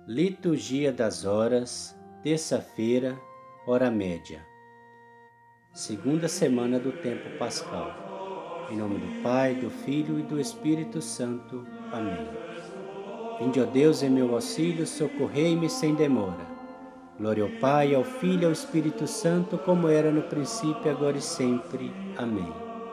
Liturgia das Horas, terça-feira, hora média. Segunda semana do tempo pascal. Em nome do Pai, do Filho e do Espírito Santo. Amém. Vinde, ó Deus, em meu auxílio, socorrei-me sem demora. Glória ao Pai, ao Filho e ao Espírito Santo, como era no princípio, agora e sempre. Amém.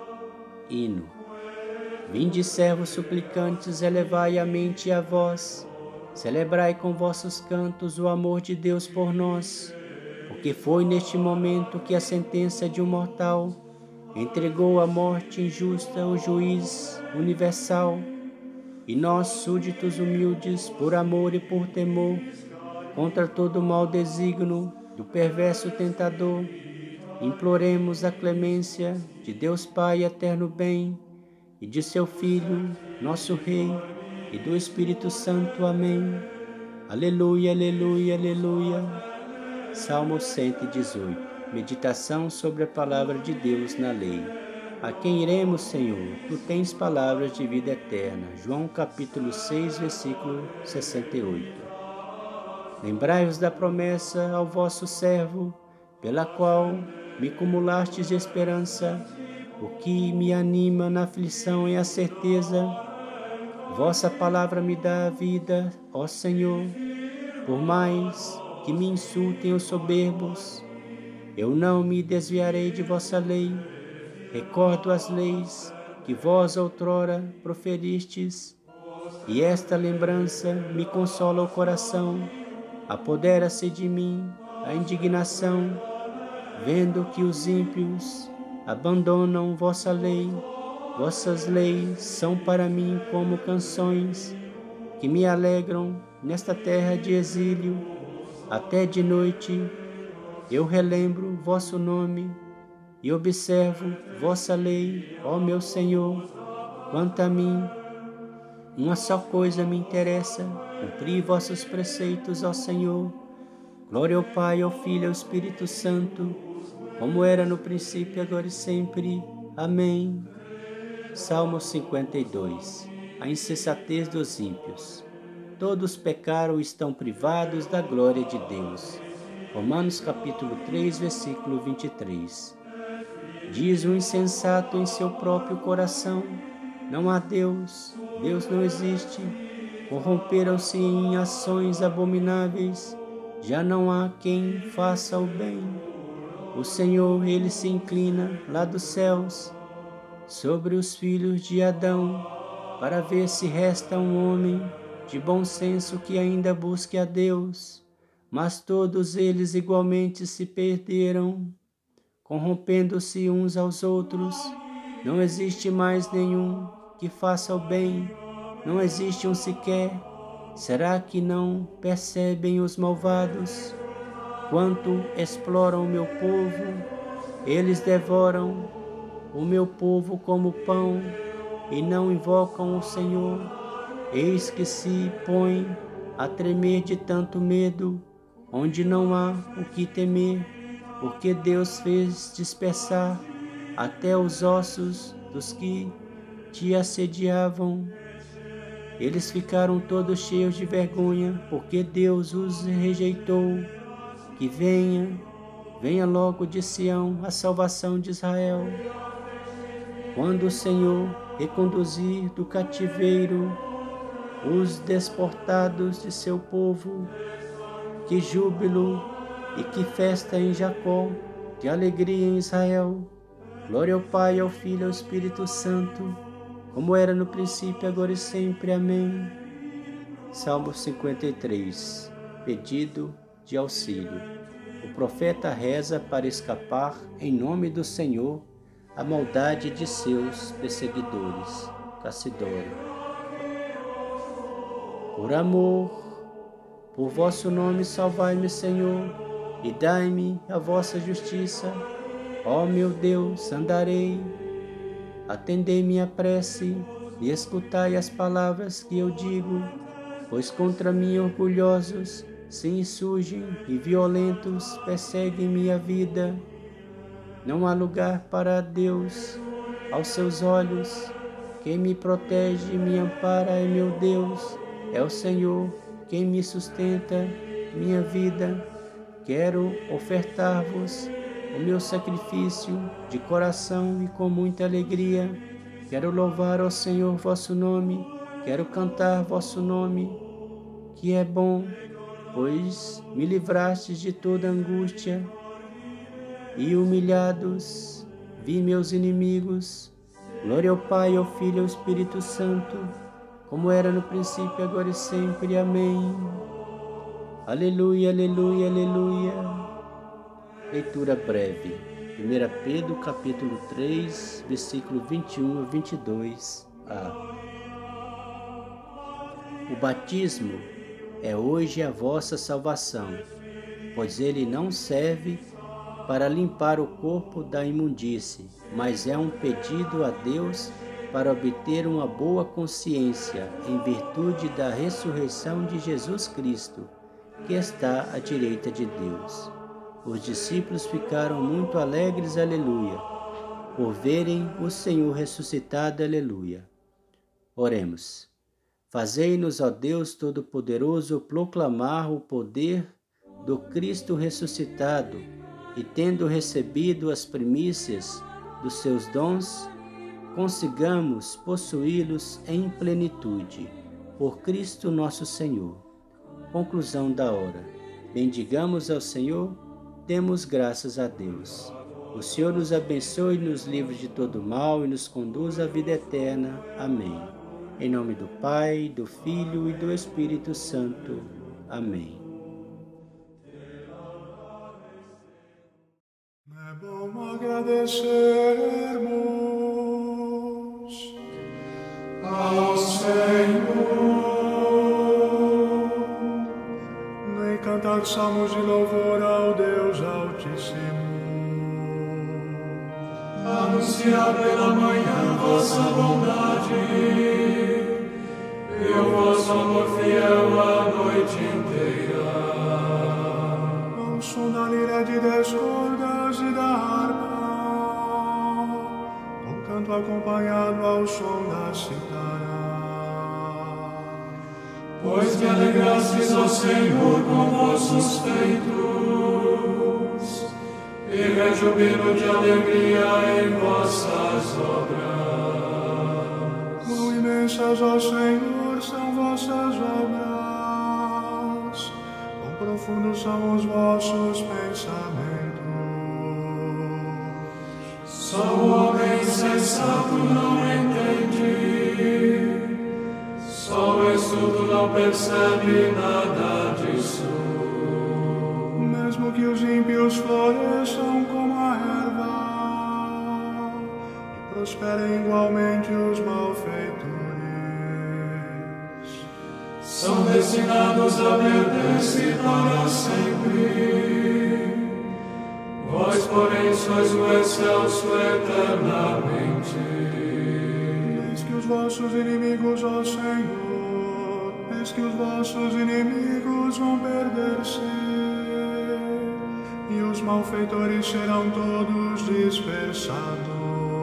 Hino. Vinde, servos suplicantes, elevai a mente e a voz. Celebrai com vossos cantos o amor de Deus por nós, porque foi neste momento que a sentença de um mortal entregou à morte injusta o juiz universal, e nós, súditos humildes, por amor e por temor, contra todo mau desígnio do perverso tentador, imploremos a clemência de Deus Pai eterno bem, e de seu Filho, nosso Rei, e do Espírito Santo. Amém. Aleluia, aleluia, aleluia. Salmo 118. Meditação sobre a palavra de Deus na lei. A quem iremos, Senhor? Tu tens palavras de vida eterna. João capítulo 6, versículo 68. Lembrai-vos da promessa ao vosso servo, pela qual me cumulastes de esperança. O que me anima na aflição é a certeza. Vossa palavra me dá a vida, ó Senhor. Por mais que me insultem os soberbos, eu não me desviarei de vossa lei. Recordo as leis que vós outrora proferistes, e esta lembrança me consola o coração. Apodera-se de mim a indignação, vendo que os ímpios abandonam vossa lei. Vossas leis são para mim como canções que me alegram nesta terra de exílio. Até de noite eu relembro vosso nome e observo vossa lei, ó meu Senhor. Quanto a mim, uma só coisa me interessa: cumprir vossos preceitos, ó Senhor. Glória ao Pai, ao Filho e ao Espírito Santo, como era no princípio, agora e sempre. Amém. Salmo 52. A insensatez dos ímpios. Todos pecaram e estão privados da glória de Deus. Romanos capítulo 3, versículo 23. Diz o insensato em seu próprio coração: não há Deus, Deus não existe. Corromperam-se em ações abomináveis, já não há quem faça o bem. O Senhor, ele se inclina lá dos céus sobre os filhos de Adão, para ver se resta um homem de bom senso que ainda busque a Deus. Mas todos eles igualmente se perderam, corrompendo-se uns aos outros. Não existe mais nenhum que faça o bem, não existe um sequer. Será que não percebem os malvados? Quanto exploram o meu povo, eles devoram o meu povo como pão, e não invocam o Senhor. Eis que se põe a tremer de tanto medo, onde não há o que temer, porque Deus fez dispersar até os ossos dos que te assediavam. Eles ficaram todos cheios de vergonha, porque Deus os rejeitou. Que venha logo de Sião a salvação de Israel. Quando o Senhor reconduzir do cativeiro os deportados de seu povo, que júbilo e que festa em Jacó, de alegria em Israel. Glória ao Pai, ao Filho e ao Espírito Santo, como era no princípio, agora e sempre. Amém. Salmo 53. Pedido de auxílio. O profeta reza para escapar, em nome do Senhor, a maldade de seus perseguidores. Cassidório. Por amor, por vosso nome, salvai-me, Senhor, e dai-me a vossa justiça. Ó meu Deus, andarei. Atendei minha prece e escutai as palavras que eu digo, pois contra mim orgulhosos se insurgem e violentos perseguem minha vida. Não há lugar para Deus aos seus olhos. Quem me protege e me ampara é meu Deus, é o Senhor, quem me sustenta, minha vida. Quero ofertar-vos o meu sacrifício de coração e com muita alegria. Quero louvar ao Senhor vosso nome, quero cantar vosso nome, que é bom, pois me livrastes de toda angústia. E humilhados vi meus inimigos. Glória ao Pai, ao Filho e ao Espírito Santo, como era no princípio, agora e sempre. Amém. Aleluia, aleluia, aleluia. Leitura breve. 1 Pedro, capítulo 3, versículo 21 a 22a. O batismo é hoje a vossa salvação, pois ele não serve para limpar o corpo da imundície, mas é um pedido a Deus para obter uma boa consciência em virtude da ressurreição de Jesus Cristo, que está à direita de Deus. Os discípulos ficaram muito alegres, aleluia, por verem o Senhor ressuscitado, aleluia. Oremos. Fazei-nos, ó Deus Todo-Poderoso, proclamar o poder do Cristo ressuscitado e, tendo recebido as primícias dos seus dons, consigamos possuí-los em plenitude. Por Cristo nosso Senhor. Conclusão da hora. Bendigamos ao Senhor, demos graças a Deus. O Senhor nos abençoe, nos livre de todo mal e nos conduz à vida eterna. Amém. Em nome do Pai, do Filho e do Espírito Santo. Amém. É bom agradecermos ao Senhor e cantar salmos de louvor ao Deus Altíssimo. Anunciar pela manhã vossa bondade e o vosso amor fiel a noite inteira. Ao som da lira de 10 cordas e da harpa, com canto acompanhado ao som da cítara. Pois te alegrastes, ó Senhor, com vossos feitos, e rejubilo de alegria em vossas obras. Quão imensas, ó Senhor, são vossas obras, quão profundos são os vossos pensamentos. Só o homem sensato não entende, só o estudo não percebe nada disso. Mesmo que os ímpios floresçam como a erva e prosperem igualmente os malfeitores, são destinados a perder-se para sempre. Vós, porém, sois o excelso eternamente. Eis que os vossos inimigos, ó Senhor, eis que os vossos inimigos vão perder-se, e os malfeitores serão todos dispersados.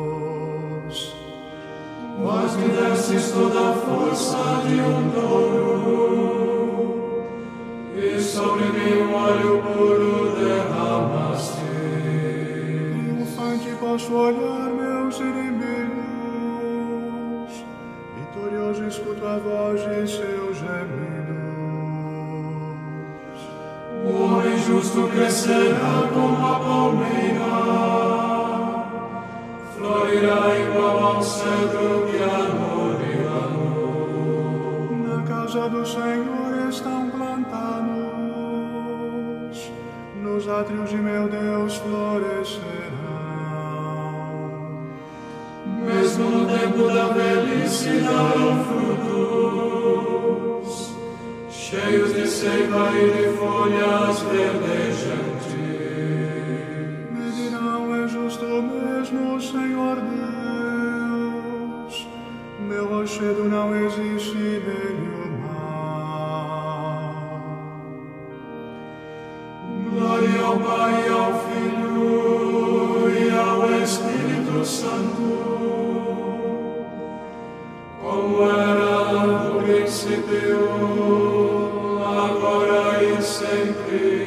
Vós me destes toda a força de um touro, e sobre mim um óleo puro derramaste. Triunfante posso olhar meus inimigos, vitorioso escuto a voz de seus gemidos. O homem justo crescerá como a palmeira, florirá igual ao cedro que há no Líbano. Na casa do Senhor estão plantados, nos átrios de meu Deus florescerão. Mesmo no tempo da velhice darão frutos, cheios de seiva e de folhas verdejantes. Me dirão: é justo mesmo, Senhor Deus, meu rochedo não existe nele o mal. Glória ao Pai, ao Filho e ao Espírito Santo, como era no princípio, sempre.